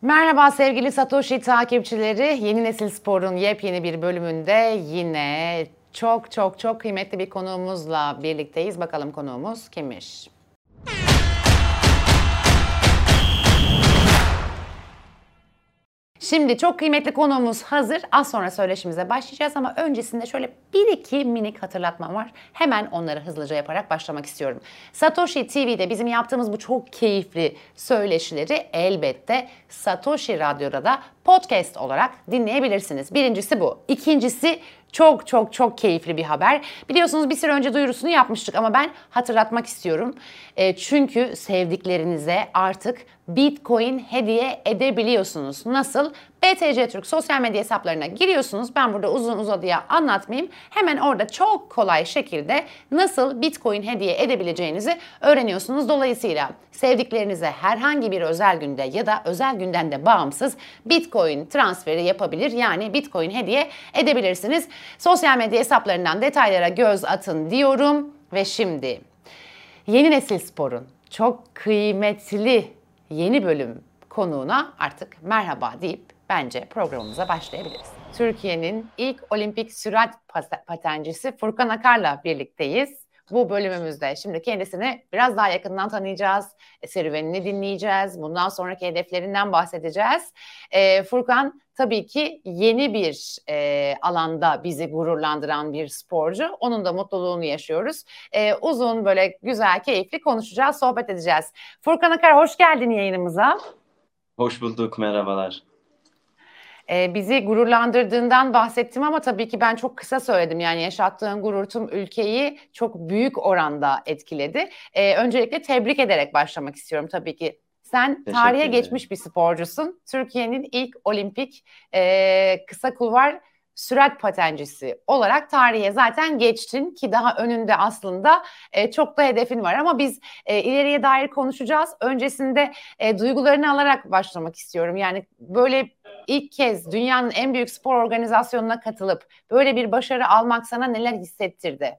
Merhaba sevgili Satoshi takipçileri. Yeni Nesil Spor'un yepyeni bir bölümünde yine çok kıymetli bir konuğumuzla birlikteyiz. Bakalım konuğumuz kimmiş? Şimdi çok kıymetli konuğumuz hazır. Az sonra söyleşimize başlayacağız ama öncesinde şöyle bir iki minik hatırlatmam var. Hemen onları hızlıca yaparak başlamak istiyorum. Satoshi TV'de bizim yaptığımız bu çok keyifli söyleşileri elbette Satoshi Radyo'da da podcast olarak dinleyebilirsiniz. Birincisi bu. İkincisi çok keyifli bir haber. Biliyorsunuz bir süre önce duyurusunu yapmıştık ama ben hatırlatmak istiyorum. Çünkü sevdiklerinize artık Bitcoin hediye edebiliyorsunuz. Nasıl? BTC Türk sosyal medya hesaplarına giriyorsunuz. Ben burada uzun uzadıya anlatmayayım. Hemen orada çok kolay şekilde nasıl Bitcoin hediye edebileceğinizi öğreniyorsunuz. Dolayısıyla sevdiklerinize herhangi bir özel günde ya da özel günden de bağımsız Bitcoin transferi yapabilir. Yani Bitcoin hediye edebilirsiniz. Sosyal medya hesaplarından detaylara göz atın diyorum ve şimdi Yeni Nesil Spor'un çok kıymetli yeni bölüm konuğuna artık merhaba deyip bence programımıza başlayabiliriz. Türkiye'nin ilk olimpik sürat patencisi Furkan Akar'la birlikteyiz. Bu bölümümüzde şimdi kendisini biraz daha yakından tanıyacağız, serüvenini dinleyeceğiz, bundan sonraki hedeflerinden bahsedeceğiz. Furkan tabii ki yeni bir alanda bizi gururlandıran bir sporcu. Onun da mutluluğunu yaşıyoruz. Uzun böyle güzel, keyifli konuşacağız, sohbet edeceğiz. Furkan Akar hoş geldin yayınımıza. Hoş bulduk, merhabalar. Bizi gururlandırdığından bahsettim ama tabii ki ben çok kısa söyledim. Yani yaşattığın gurur tüm ülkeyi çok büyük oranda etkiledi. Öncelikle tebrik ederek başlamak istiyorum tabii ki. Sen tarihe Teşekkür ederim. geçmiş bir sporcusun. Türkiye'nin ilk olimpik kısa kulvar sürat patencisi olarak tarihe zaten geçtin ki daha önünde aslında çok da hedefin var. Ama biz ileriye dair konuşacağız. Öncesinde duygularını alarak başlamak istiyorum. Yani böyle ilk kez dünyanın en büyük spor organizasyonuna katılıp böyle bir başarı almak sana neler hissettirdi?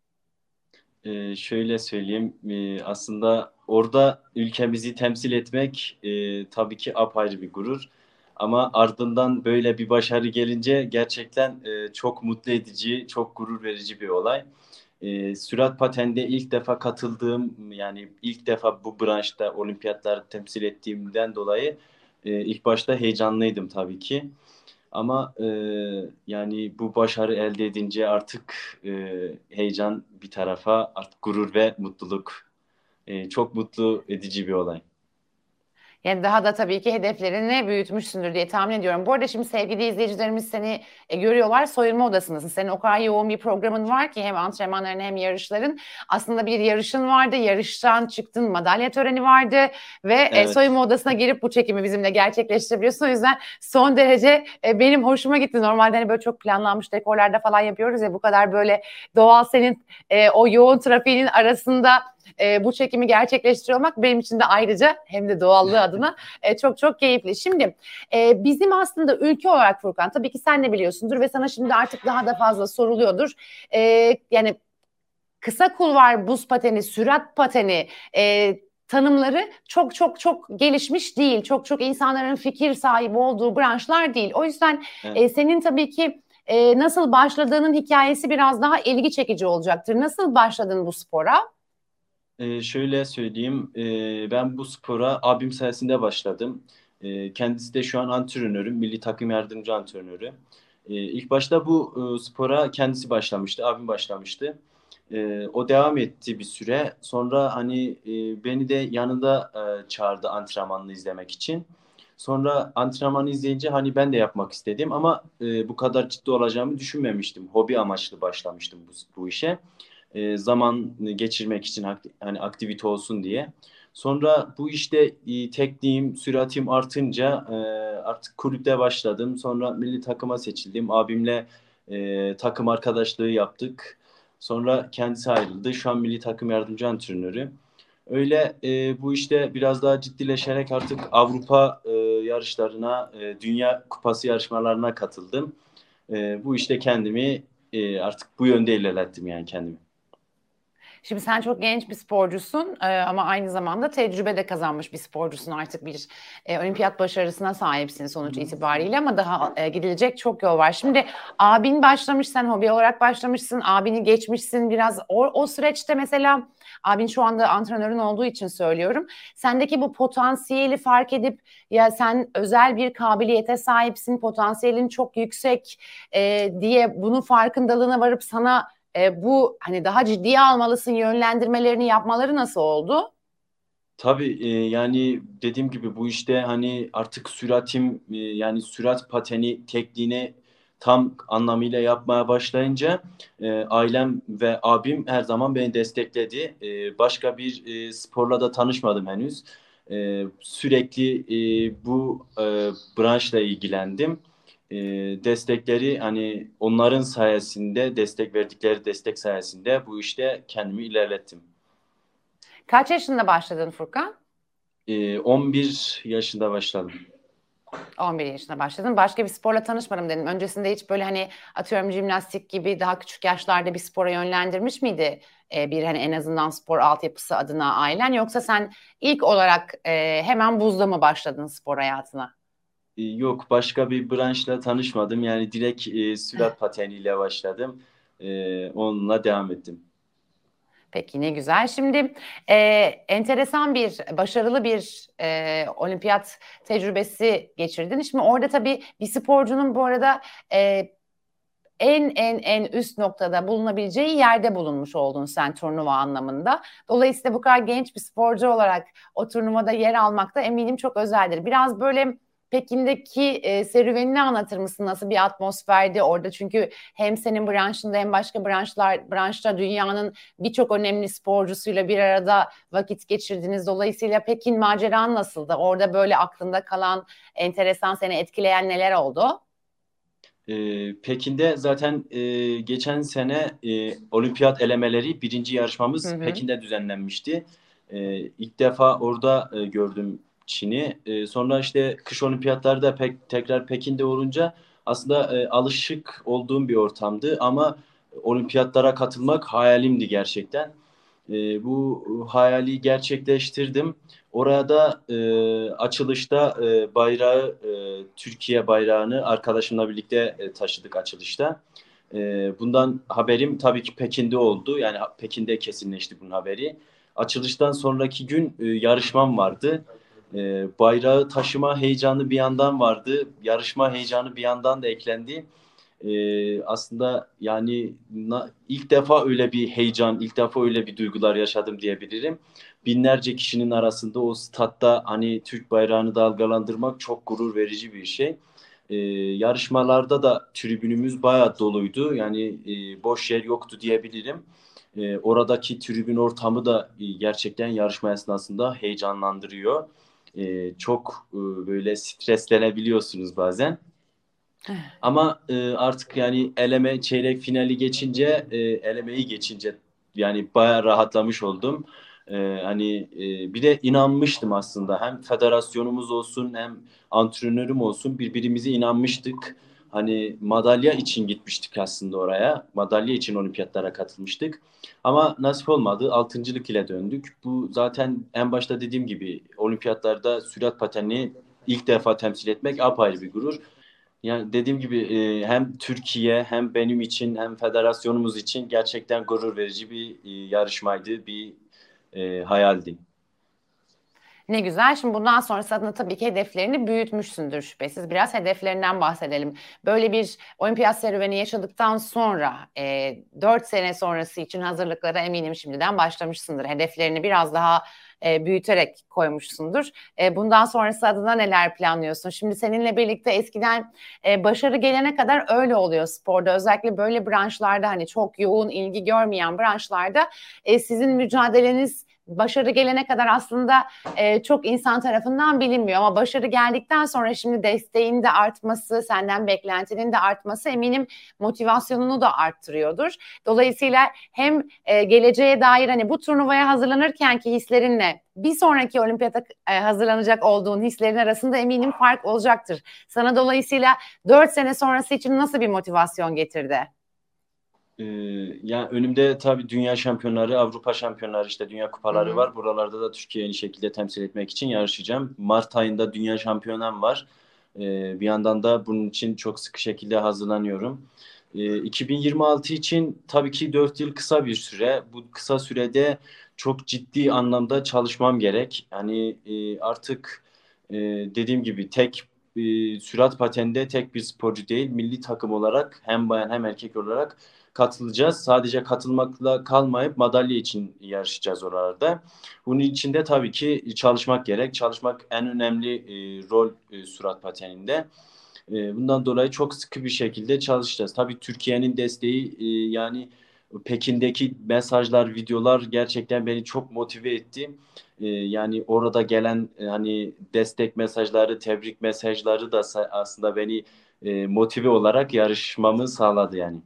Şöyle söyleyeyim, aslında orada ülkemizi temsil etmek tabii ki apayrı bir gurur. Ama ardından böyle bir başarı gelince gerçekten çok mutlu edici, çok gurur verici bir olay. Sürat patende ilk defa katıldığım, yani ilk defa bu branşta olimpiyatları temsil ettiğimden dolayı ilk başta heyecanlıydım tabii ki. Ama yani bu başarı elde edince artık heyecan bir tarafa, artık gurur ve mutluluk. Çok mutlu edici bir olay. Yani daha da tabii ki hedeflerini büyütmüşsündür diye tahmin ediyorum. Bu arada şimdi sevgili izleyicilerimiz seni görüyorlar. Soyunma odasındasın. Senin o kadar yoğun bir programın var ki hem antrenmanların hem yarışların. Aslında bir yarışın vardı. Yarıştan çıktın. Madalya töreni vardı. Ve Evet. soyunma odasına girip bu çekimi bizimle gerçekleştirebiliyorsun. O yüzden son derece benim hoşuma gitti. Normalde hani böyle çok planlanmış dekorlarda falan yapıyoruz ya bu kadar böyle doğal senin o yoğun trafiğinin arasında bu çekimi gerçekleştiriyor olmak benim için de ayrıca hem de doğallığı adına çok keyifli. Şimdi bizim aslında ülke olarak Furkan tabii ki sen de biliyorsundur ve sana şimdi artık daha da fazla soruluyordur. Yani kısa kulvar buz pateni, sürat pateni tanımları çok gelişmiş değil. Çok insanların fikir sahibi olduğu branşlar değil. O yüzden Evet. senin tabii ki nasıl başladığının hikayesi biraz daha ilgi çekici olacaktır. Nasıl başladın bu spora? Şöyle söyleyeyim, ben bu spora abim sayesinde başladım. Kendisi de şu an antrenörüm, milli takım yardımcı antrenörü. İlk başta bu spora kendisi başlamıştı, abim başlamıştı. O devam etti bir süre. Sonra hani beni de yanında çağırdı antrenmanını izlemek için. Sonra antrenmanı izleyince hani ben de yapmak istedim ama bu kadar ciddi olacağımı düşünmemiştim. Hobi amaçlı başlamıştım bu işe. Zaman geçirmek için hani aktivite olsun diye. Sonra bu işte tekniğim, süratim artınca artık kulüpte başladım. Sonra milli takıma seçildim. Abimle takım arkadaşlığı yaptık. Sonra kendisi ayrıldı. Şu an milli takım yardımcı antrenörü. Öyle bu işte biraz daha ciddileşerek artık Avrupa yarışlarına, Dünya Kupası yarışmalarına katıldım. Bu işte kendimi artık bu yönde ilerlettim yani kendimi. Şimdi sen çok genç bir sporcusun ama aynı zamanda tecrübe de kazanmış bir sporcusun. Artık bir olimpiyat başarısına sahipsin sonuç itibariyle ama daha gidilecek çok yol var. Şimdi abin başlamış, sen hobi olarak başlamışsın, abini geçmişsin biraz. O süreçte mesela abin şu anda antrenörün olduğu için söylüyorum. Sendeki bu potansiyeli fark edip ya sen özel bir kabiliyete sahipsin, potansiyelin çok yüksek diye bunun farkındalığına varıp sana bu hani daha ciddiye almalısın yönlendirmelerini yapmaları nasıl oldu? Tabii yani dediğim gibi bu işte hani artık süratim yani sürat pateni tekniğini tam anlamıyla yapmaya başlayınca ailem ve abim her zaman beni destekledi. Başka bir sporla da tanışmadım henüz. Sürekli bu branşla ilgilendim. E, Destekleri hani onların sayesinde destek verdikleri destek sayesinde bu işte kendimi ilerlettim. Kaç yaşında başladın Furkan? 11 yaşında başladım. 11 yaşında başladın. Başka bir sporla tanışmadım dedim. Öncesinde hiç böyle hani atıyorum jimnastik gibi daha küçük yaşlarda bir spora yönlendirmiş miydi? Bir hani en azından spor altyapısı adına ailen, yoksa sen ilk olarak hemen buzda mı başladın spor hayatına? Yok, başka bir branşla tanışmadım. Yani direkt sürat pateniyle başladım. Onunla devam ettim. Peki ne güzel. Şimdi enteresan bir, başarılı bir olimpiyat tecrübesi geçirdin. Şimdi orada tabii bir sporcunun bu arada e, en üst noktada bulunabileceği yerde bulunmuş oldun sen turnuva anlamında. Dolayısıyla bu kadar genç bir sporcu olarak o turnuvada yer almak da eminim çok özeldir. Biraz böyle Pekin'deki serüvenini anlatır mısın? Nasıl bir atmosferdi orada? Çünkü hem senin branşında hem başka branşta dünyanın birçok önemli sporcusuyla bir arada vakit geçirdiniz. Dolayısıyla Pekin maceran nasıldı? Orada böyle aklında kalan, enteresan, seni etkileyen neler oldu? Pekin'de zaten geçen sene olimpiyat elemeleri birinci Hı yarışmamız hı. Pekin'de düzenlenmişti. İlk defa orada gördüm Çin'i. Sonra işte kış olimpiyatları da tekrar Pekin'de olunca aslında alışık olduğum bir ortamdı ama olimpiyatlara katılmak hayalimdi gerçekten. Bu hayali gerçekleştirdim. Orada açılışta bayrağı, Türkiye bayrağını arkadaşımla birlikte taşıdık açılışta. Bundan haberim tabii ki Pekin'de oldu. Yani Pekin'de kesinleşti bunun haberi. Açılıştan sonraki gün yarışmam vardı. Bayrağı taşıma heyecanı bir yandan vardı. Yarışma heyecanı bir yandan da eklendi. Aslında yani ilk defa öyle bir heyecan, ilk defa öyle bir duygular yaşadım diyebilirim. Binlerce kişinin arasında o statta hani Türk bayrağını dalgalandırmak çok gurur verici bir şey. Yarışmalarda da tribünümüz bayağı doluydu. Yani boş yer yoktu diyebilirim. Oradaki tribün ortamı da gerçekten yarışma esnasında heyecanlandırıyor. Çok böyle streslenebiliyorsunuz bazen. Ama artık yani eleme çeyrek finali geçince elemeyi geçince yani bayağı rahatlamış oldum. Hani bir de inanmıştım aslında hem federasyonumuz olsun hem antrenörüm olsun birbirimize inanmıştık. Hani madalya için gitmiştik aslında oraya. Madalya için olimpiyatlara katılmıştık. Ama nasip olmadı. Altıncılık ile döndük. Bu zaten en başta dediğim gibi olimpiyatlarda sürat pateni ilk defa temsil etmek apayrı bir gurur. Yani dediğim gibi hem Türkiye hem benim için hem federasyonumuz için gerçekten gurur verici bir yarışmaydı, bir hayaldi. Ne güzel. Şimdi bundan sonrası adına tabii ki hedeflerini büyütmüşsündür şüphesiz. Biraz hedeflerinden bahsedelim. Böyle bir olimpiyat serüveni yaşadıktan sonra 4 sene sonrası için hazırlıklara eminim şimdiden başlamışsındır. Hedeflerini biraz daha büyüterek koymuşsundur. Bundan sonrası adına neler planlıyorsun? Şimdi seninle birlikte eskiden başarı gelene kadar öyle oluyor sporda. Özellikle böyle branşlarda, hani çok yoğun ilgi görmeyen branşlarda sizin mücadeleniz başarı gelene kadar aslında çok insan tarafından bilinmiyor, ama başarı geldikten sonra şimdi desteğin de artması, senden beklentinin de artması eminim motivasyonunu da arttırıyordur. Dolayısıyla hem geleceğe dair hani bu turnuvaya hazırlanırkenki hislerinle bir sonraki olimpiyata hazırlanacak olduğun hislerin arasında eminim fark olacaktır. Sana dolayısıyla 4 sene sonrası için nasıl bir motivasyon getirdi? Ee, Yani önümde tabii dünya şampiyonları, Avrupa şampiyonları, işte dünya Hı kupaları hı. var. Buralarda da Türkiye'yi şekilde temsil etmek için yarışacağım. Mart ayında dünya şampiyonam var. Bir yandan da bunun için çok sıkı şekilde hazırlanıyorum. 2026 için tabii ki 4 yıl kısa bir süre. Bu kısa sürede çok ciddi anlamda çalışmam gerek. Yani artık dediğim gibi sürat patende tek bir sporcu değil, milli takım olarak hem bayan hem erkek olarak katılacağız. Sadece katılmakla kalmayıp madalya için yarışacağız oralarda. Bunun için de tabii ki çalışmak gerek. Çalışmak en önemli rol sürat pateninde. Bundan dolayı çok sıkı bir şekilde çalışacağız. Tabii Türkiye'nin desteği yani Pekin'deki mesajlar, videolar gerçekten beni çok motive etti. Yani orada gelen hani destek mesajları, tebrik mesajları da aslında beni motive olarak yarışmamı sağladı yani.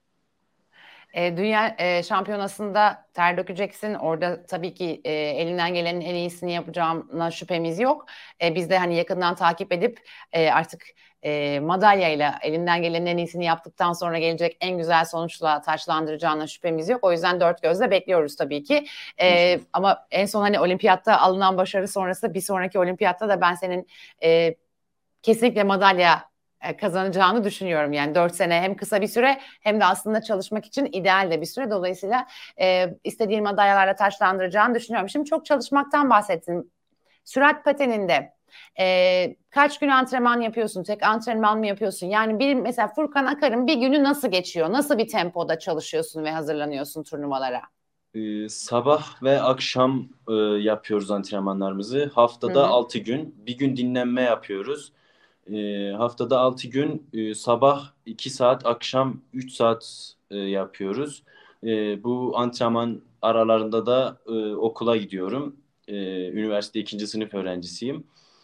Dünya şampiyonasında ter dökeceksin. Orada tabii ki elinden gelenin en iyisini yapacağına şüphemiz yok. Biz de hani yakından takip edip artık madalyayla elinden gelenin en iyisini yaptıktan sonra gelecek en güzel sonuçla taçlandıracağına şüphemiz yok. O yüzden dört gözle bekliyoruz tabii ki. İnşallah. Ama en son hani olimpiyatta alınan başarı sonrası bir sonraki olimpiyatta da ben senin e, kesinlikle madalya kazanacağını düşünüyorum. Yani 4 sene hem kısa bir süre hem de aslında çalışmak için ideal de bir süre. Dolayısıyla istediğin madalyalarla taçlandıracağını düşünüyorum. Şimdi çok çalışmaktan bahsettin. Sürat pateninde kaç gün antrenman yapıyorsun? Tek antrenman mı yapıyorsun? Yani bir mesela Furkan Akar'ın bir günü nasıl geçiyor? Nasıl bir tempoda çalışıyorsun ve hazırlanıyorsun turnuvalara? Sabah ve akşam yapıyoruz antrenmanlarımızı. Hı Haftada hı. 6 gün. Bir gün dinlenme yapıyoruz. Haftada 6 gün sabah 2 saat, akşam 3 saat yapıyoruz. Bu antrenman aralarında da okula gidiyorum. Üniversite ikinci sınıf öğrencisiyim.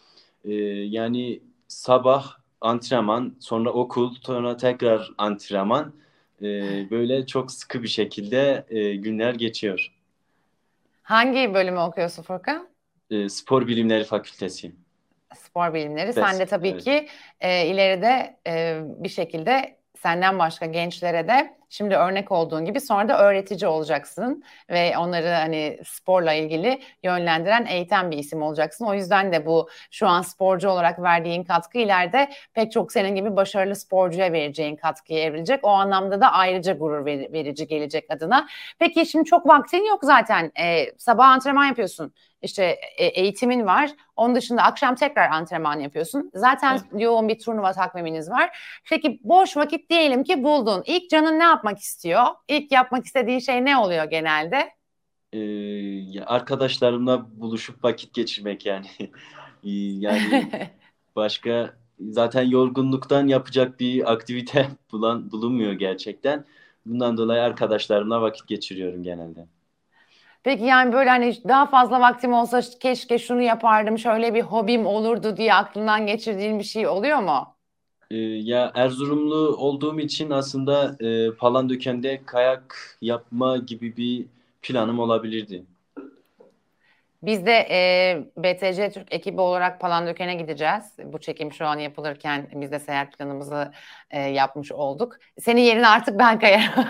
Yani sabah antrenman, sonra okul, sonra tekrar antrenman. Böyle çok sıkı bir şekilde günler geçiyor. Hangi bölümü okuyorsun Furkan? Spor Bilimleri Fakültesi. Spor bilimleri. Sen de Spes. tabii Evet. ki ileride bir şekilde senden başka gençlere de şimdi örnek olduğun gibi sonra da öğretici olacaksın ve onları hani sporla ilgili yönlendiren, eğiten bir isim olacaksın. O yüzden de bu şu an sporcu olarak verdiğin katkı ileride pek çok senin gibi başarılı sporcuya vereceğin katkıya evrilecek. O anlamda da ayrıca gurur verici gelecek adına. Peki şimdi çok vaktin yok zaten. Sabah antrenman yapıyorsun. İşte eğitimin var. Onun dışında akşam tekrar antrenman yapıyorsun. Zaten Evet. yoğun bir turnuva takviminiz var. Peki boş vakit diyelim ki buldun. İlk canın ne yapmak istiyor? İlk yapmak istediğin şey ne oluyor genelde? Ee, Arkadaşlarımla buluşup vakit geçirmek yani. Yani başka zaten yorgunluktan yapacak bir aktivite bulunmuyor gerçekten. Bundan dolayı arkadaşlarımla vakit geçiriyorum genelde. Peki yani böyle hani daha fazla vaktim olsa keşke şunu yapardım, şöyle bir hobim olurdu diye aklından geçirdiğin bir şey oluyor mu? Ya Erzurumlu olduğum için aslında Palandöken'de kayak yapma gibi bir planım olabilirdi. Biz de BTC Türk ekibi olarak Palandöken'e gideceğiz. Bu çekim şu an yapılırken biz de seyahat planımızı yapmış olduk. Senin yerine artık ben kayarım.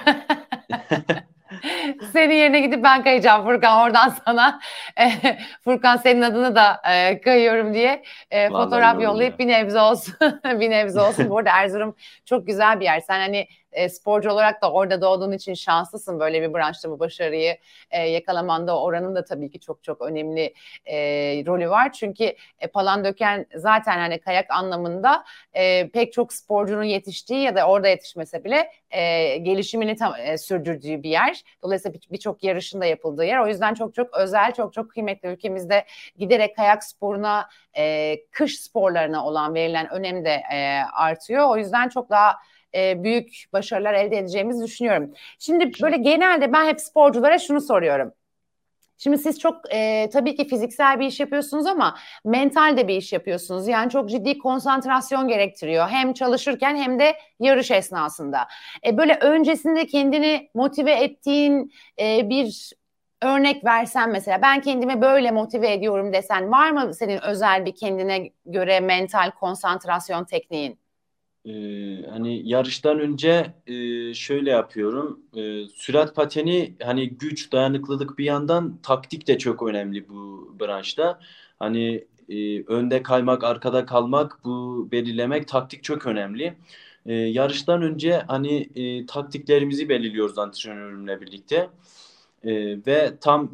Senin yerine gidip ben kayacağım Furkan. Oradan sana Furkan senin adını da kayıyorum diye Vallahi iyi fotoğraf olur yollayıp ya. bir nebze olsun. Bir nebze olsun. Bu arada Erzurum çok güzel bir yer. Sen hani sporcu olarak da orada doğduğun için şanslısın böyle bir branşta bu başarıyı yakalamanda. Oranın da tabii ki çok çok önemli rolü var. Çünkü Palandöken zaten hani kayak anlamında pek çok sporcunun yetiştiği ya da orada yetişmese bile gelişimini sürdürdüğü bir yer. Dolayısıyla birçok yarışın da yapıldığı yer. O yüzden çok çok özel, çok çok kıymetli. Ülkemizde giderek kayak sporuna, kış sporlarına olan verilen önem de artıyor. O yüzden çok daha büyük başarılar elde edeceğimizi düşünüyorum. Şimdi böyle İnşallah. genelde ben hep sporculara şunu soruyorum. Şimdi siz çok tabii ki fiziksel bir iş yapıyorsunuz ama mental de bir iş yapıyorsunuz. Yani çok ciddi konsantrasyon gerektiriyor. Hem çalışırken hem de yarış esnasında. Böyle öncesinde kendini motive ettiğin bir örnek versen mesela ben kendimi böyle motive ediyorum desen var mı senin özel bir kendine göre mental konsantrasyon tekniğin? Hani yarıştan önce şöyle yapıyorum. Sürat pateni hani güç, dayanıklılık bir yandan taktik de çok önemli bu branşta. Hani önde kaymak, arkada kalmak, bu belirlemek taktik çok önemli. Yarıştan önce hani taktiklerimizi belirliyoruz antrenörümle birlikte. Ve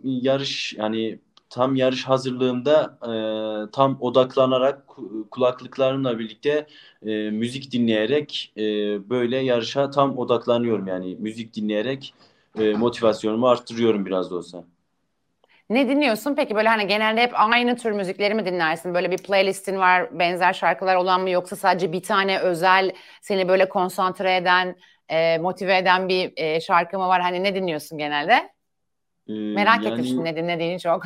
tam yarış hazırlığında tam odaklanarak kulaklıklarımla birlikte müzik dinleyerek böyle yarışa tam odaklanıyorum, yani müzik dinleyerek motivasyonumu arttırıyorum biraz da olsa. Ne dinliyorsun? Peki böyle hani genelde hep aynı tür müzikleri mi dinlersin? Böyle bir playlistin var, benzer şarkılar olan mı, yoksa sadece bir tane özel seni böyle konsantre eden, motive eden bir şarkı mı var? Hani ne dinliyorsun genelde? E, Merak ettim şimdi yani ne dinlediğini çok.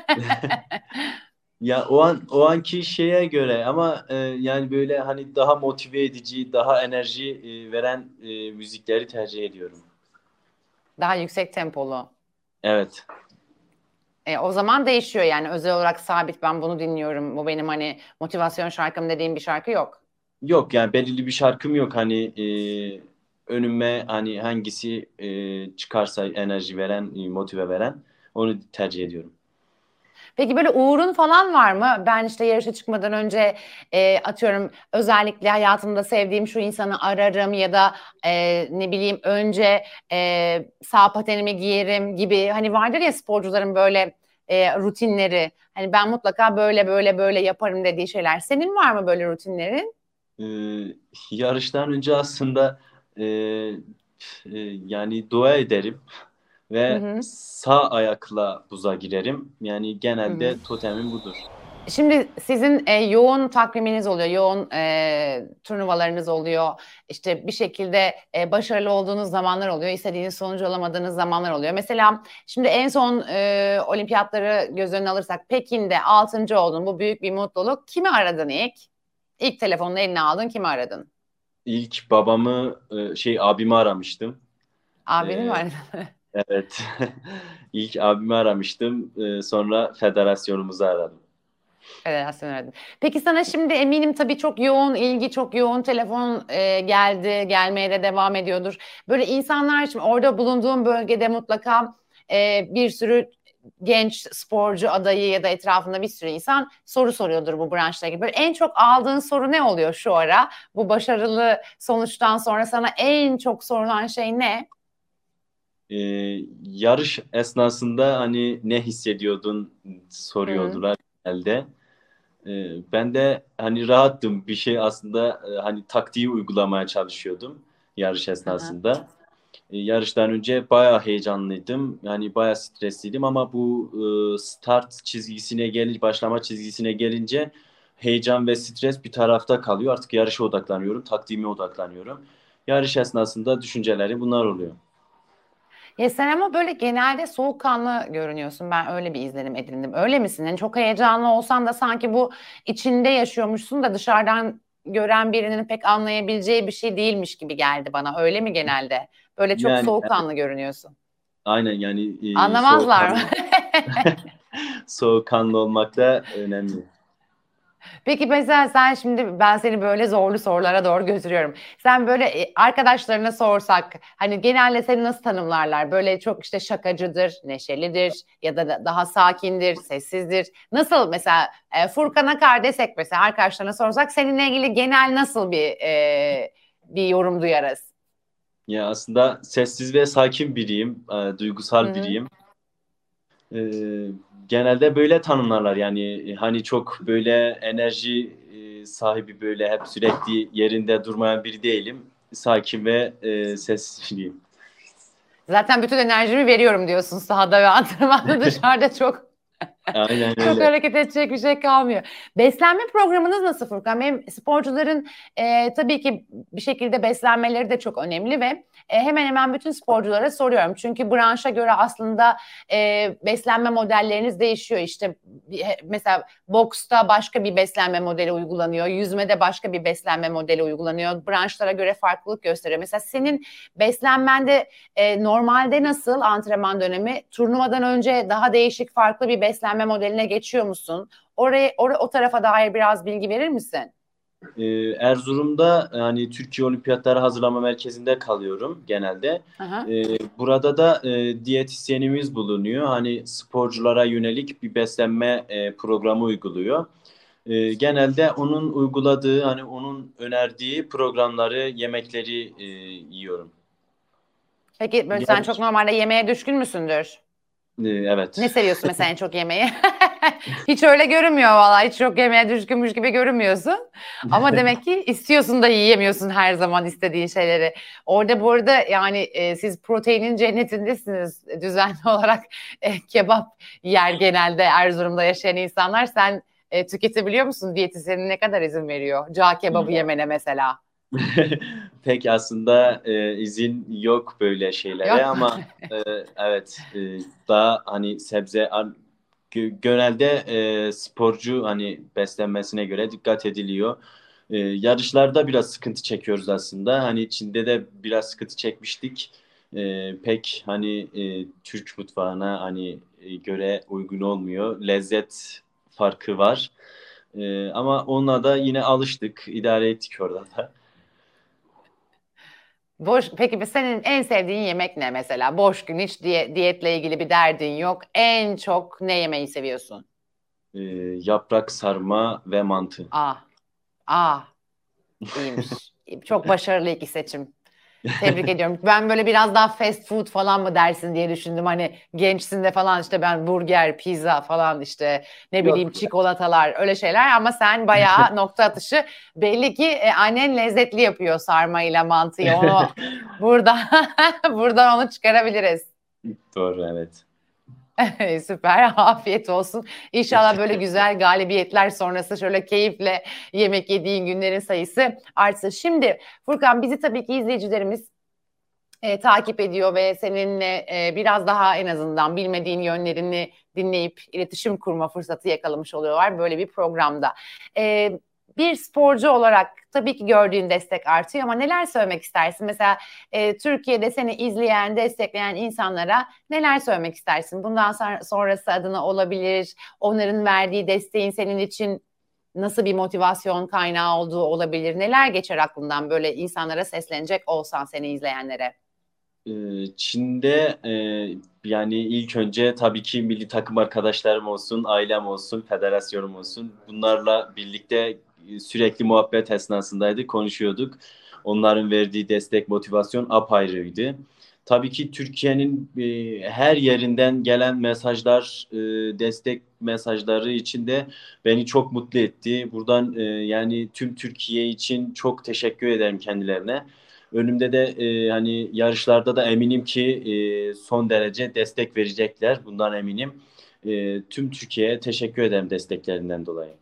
ya o anki şeye göre ama yani böyle hani daha motive edici, daha enerji veren müzikleri tercih ediyorum. Daha yüksek tempolu. Evet. O zaman değişiyor yani, özel olarak sabit ben bunu dinliyorum, bu benim hani motivasyon şarkım dediğim bir şarkı yok. Yok, yani belirli bir şarkım yok, hani önüme hani hangisi çıkarsa enerji veren, motive veren onu tercih ediyorum. Peki böyle uğrun falan var mı? Ben işte yarışa çıkmadan önce atıyorum özellikle hayatımda sevdiğim şu insanı ararım ya da ne bileyim önce sağ patenimi giyerim gibi, hani vardır ya sporcuların böyle rutinleri. Hani ben mutlaka böyle böyle böyle yaparım dediği şeyler. Senin var mı böyle rutinlerin? E, Yarıştan önce aslında yani dua ederim Hı ve hı. sağ ayakla buza girerim. Yani Hı hı. genelde totemim budur. Şimdi sizin yoğun takviminiz oluyor, yoğun turnuvalarınız oluyor. İşte bir şekilde başarılı olduğunuz zamanlar oluyor, istediğiniz sonucu alamadığınız zamanlar oluyor. Mesela şimdi en son olimpiyatları göz önüne alırsak Pekin'de 6. oldun, bu büyük bir mutluluk. Kimi aradın ilk? İlk telefonunu eline aldın, kimi aradın? İlk babamı abimi aramıştım. Abini mi E, aradın? evet. İlk abimi aramıştım. Sonra federasyonumuzu aradım. Federasyon aradın. Peki sana şimdi eminim tabii çok yoğun ilgi, çok yoğun telefon geldi, gelmeye de devam ediyordur. Böyle insanlar için orada bulunduğun bölgede mutlaka bir sürü genç sporcu adayı ya da etrafında bir sürü insan soru soruyordur bu branşla ilgili. Böyle en çok aldığın soru ne oluyor şu ara? Bu başarılı sonuçtan sonra sana en çok sorulan şey ne? e, Yarış esnasında hani ne hissediyordun Hı soruyordular genelde. Ben de hani rahattım, bir şey aslında hani taktiği uygulamaya çalışıyordum yarış hı. esnasında. Yarıştan önce bayağı heyecanlıydım, yani bayağı stresliydim ama bu başlama çizgisine gelince heyecan ve stres bir tarafta kalıyor. Artık yarışa odaklanıyorum, taktiğime odaklanıyorum. Yarış esnasında düşüncelerim bunlar oluyor. Ya sen ama böyle genelde soğukkanlı görünüyorsun. Ben öyle bir izlenim edindim. Öyle misin? Yani çok heyecanlı olsan da sanki bu içinde yaşıyormuşsun da dışarıdan gören birinin pek anlayabileceği bir şey değilmiş gibi geldi bana. Öyle mi genelde? Böyle çok Yani soğukkanlı görünüyorsun. aynen, yani Anlamazlar mı? soğukkanlı soğukkanlı olmak da önemli. Peki mesela sen şimdi, ben seni böyle zorlu sorulara doğru götürüyorum. Sen böyle arkadaşlarına sorsak hani genelde seni nasıl tanımlarlar? Böyle çok işte şakacıdır, neşelidir ya da daha sakindir, sessizdir. Nasıl mesela Furkan Akar desek, mesela arkadaşlarına sorsak seninle ilgili genel nasıl bir yorum duyarız? Ya aslında sessiz ve sakin biriyim, Hı duygusal hı. biriyim. E, Genelde böyle tanımlarlar, yani hani çok böyle enerji sahibi, böyle hep sürekli yerinde durmayan biri değilim. Sakin ve sessiz biriyim. Zaten bütün enerjimi veriyorum diyorsun sahada ve antrenmanda, dışarıda çok Aynen çok öyle. hareket edecek bir şey kalmıyor. Beslenme programınız nasıl Furkan? Benim sporcuların tabii ki bir şekilde beslenmeleri de çok önemli ve hemen hemen bütün sporculara soruyorum. Çünkü branşa göre aslında beslenme modelleriniz değişiyor. İşte mesela boksta başka bir beslenme modeli uygulanıyor. Yüzmede başka bir beslenme modeli uygulanıyor. Branşlara göre farklılık gösteriyor. Mesela senin beslenmende normalde nasıl antrenman dönemi? Turnuvadan önce daha değişik farklı bir beslenme modeline geçiyor musun? O tarafa dair biraz bilgi verir misin? Erzurum'da hani Türkiye Olimpiyatları Hazırlama Merkezi'nde kalıyorum genelde. Aha. Burada da diyetisyenimiz bulunuyor. Hani sporculara yönelik bir beslenme programı uyguluyor. Genelde onun uyguladığı, hani onun önerdiği programları, yemekleri yiyorum. Peki böyle sen çok Diğer, normalde yemeğe düşkün müsündür? Ne evet. seviyorsun mesela en çok yemeği? Hiç öyle görünmüyor vallahi. Hiç çok yemeğe düşkünmüş gibi görünmüyorsun. Ama demek ki istiyorsun da yiyemiyorsun her zaman istediğin şeyleri. Orada bu arada yani siz proteinin cennetindesiniz düzenli olarak kebap yer genelde Erzurum'da yaşayan insanlar. Sen tüketebiliyor musun? Diyetisyenin ne kadar izin veriyor? Cağ kebabı yemene mesela. Pek aslında izin yok böyle şeylere Yok mu? ama evet, daha hani genelde sporcu hani beslenmesine göre dikkat ediliyor. Yarışlarda biraz sıkıntı çekiyoruz aslında. Hani Çin'de de biraz sıkıntı çekmiştik. Pek hani Türk mutfağına hani göre uygun olmuyor. Lezzet farkı var. Ama onunla da yine alıştık, idare ettik orada da. Peki senin en sevdiğin yemek ne mesela? Boş gün hiç diyetle ilgili bir derdin yok. En çok ne yemeyi seviyorsun? Ee, Yaprak sarma ve mantı. Ah, ah, iyiymiş. Çok başarılı iki seçim. Tebrik ediyorum. Ben böyle biraz daha fast food falan mı dersin diye düşündüm. Hani gençsin de falan işte ben burger, pizza falan işte ne bileyim Yok. çikolatalar öyle şeyler ama sen bayağı nokta atışı belli ki annen lezzetli yapıyor sarmayla mantıyı. Onu burada buradan onu çıkarabiliriz. Doğru, evet. Süper, afiyet olsun. İnşallah böyle güzel galibiyetler sonrası şöyle keyifle yemek yediğin günlerin sayısı artsın. Şimdi Furkan bizi tabii ki izleyicilerimiz takip ediyor ve seninle biraz daha en azından bilmediğin yönlerini dinleyip iletişim kurma fırsatı yakalamış oluyorlar böyle bir programda. E, Bir sporcu olarak tabii ki gördüğün destek artıyor ama neler söylemek istersin? Mesela Türkiye'de seni izleyen, destekleyen insanlara neler söylemek istersin? Bundan sonrası adına olabilir, onların verdiği desteğin senin için nasıl bir motivasyon kaynağı olduğu olabilir. Neler geçer aklından böyle insanlara seslenecek olsan seni izleyenlere? Çin'de yani ilk önce tabii ki milli takım arkadaşlarım olsun, ailem olsun, federasyonum olsun. Bunlarla birlikte sürekli muhabbet esnasındaydı, konuşuyorduk. Onların verdiği destek, motivasyon apayrıydı. Tabii ki Türkiye'nin her yerinden gelen mesajlar, destek mesajları için de beni çok mutlu etti. Buradan yani tüm Türkiye için çok teşekkür ederim kendilerine. Önümde de hani yarışlarda da eminim ki son derece destek verecekler. Bundan eminim. Tüm Türkiye'ye teşekkür ederim desteklerinden dolayı.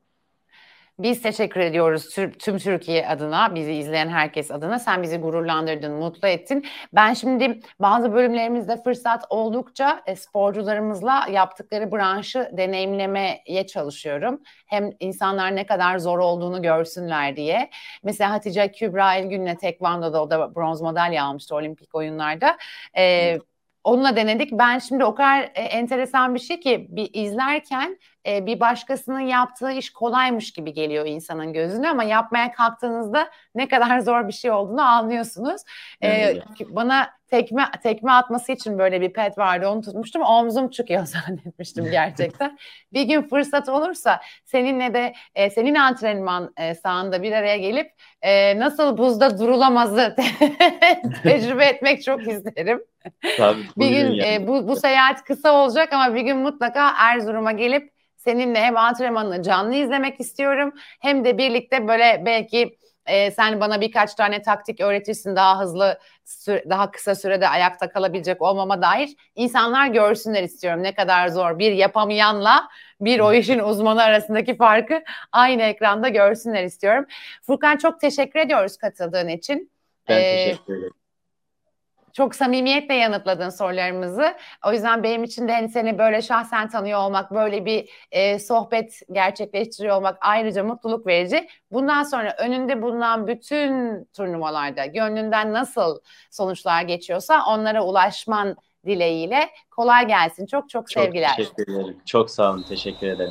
Biz teşekkür ediyoruz tüm Türkiye adına, bizi izleyen herkes adına. Sen bizi gururlandırdın, mutlu ettin. Ben şimdi bazı bölümlerimizde fırsat oldukça sporcularımızla yaptıkları branşı deneyimlemeye çalışıyorum. Hem insanlar ne kadar zor olduğunu görsünler diye. Mesela Hatice Kübra Elgün'le Tekvando'da o da bronz madalya almıştı olimpik oyunlarda. Evet. E, Onunla denedik. Ben şimdi o kadar enteresan bir şey ki bir izlerken bir başkasının yaptığı iş kolaymış gibi geliyor insanın gözüne ama yapmaya kalktığınızda ne kadar zor bir şey olduğunu anlıyorsunuz. Evet. Bana tekme atması için böyle bir pet vardı onu tutmuştum omzum çıkıyor zannetmiştim gerçekten. Bir gün fırsat olursa seninle de senin antrenman sahanda bir araya gelip nasıl buzda durulamazı tecrübe etmek çok isterim. Tabii, Bir buyurun gün yani. bu seyahat kısa olacak ama bir gün mutlaka Erzurum'a gelip seninle hem antrenmanını canlı izlemek istiyorum hem de birlikte böyle belki sen bana birkaç tane taktik öğretirsin daha hızlı daha kısa sürede ayakta kalabilecek olmama dair insanlar görsünler istiyorum ne kadar zor bir yapamayanla bir o işin uzmanı arasındaki farkı aynı ekranda görsünler istiyorum. Furkan çok teşekkür ediyoruz katıldığın için. Ben E, teşekkür ederim. Çok samimiyetle yanıtladın sorularımızı. O yüzden benim için de hani seni böyle şahsen tanıyor olmak, böyle bir sohbet gerçekleştiriyor olmak ayrıca mutluluk verici. Bundan sonra önünde bulunan bütün turnuvalarda gönlünden nasıl sonuçlar geçiyorsa onlara ulaşman dileğiyle kolay gelsin. Çok çok Çok sevgiler. teşekkür ederim. Çok sağ olun. Teşekkür ederim.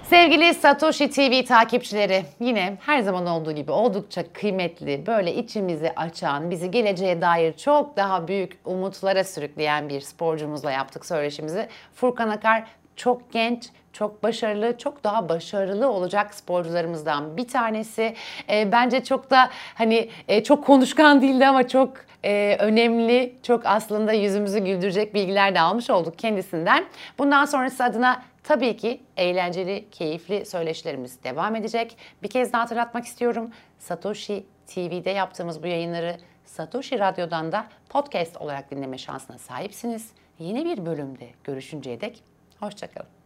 Sevgili Satoshi TV takipçileri, yine her zaman olduğu gibi oldukça kıymetli, böyle içimizi açan, bizi geleceğe dair çok daha büyük umutlara sürükleyen bir sporcumuzla yaptık söyleşimizi. Furkan Akar çok genç, çok başarılı, çok daha başarılı olacak sporcularımızdan bir tanesi. Bence çok da çok konuşkan değildi ama çok önemli, çok aslında yüzümüzü güldürecek bilgiler de almış olduk kendisinden. Bundan sonrası adına tabii ki eğlenceli, keyifli söyleşilerimiz devam edecek. Bir kez daha hatırlatmak istiyorum. Satoshi TV'de yaptığımız bu yayınları Satoshi Radyo'dan da podcast olarak dinleme şansına sahipsiniz. Yeni bir bölümde görüşünceye dek hoşça kalın.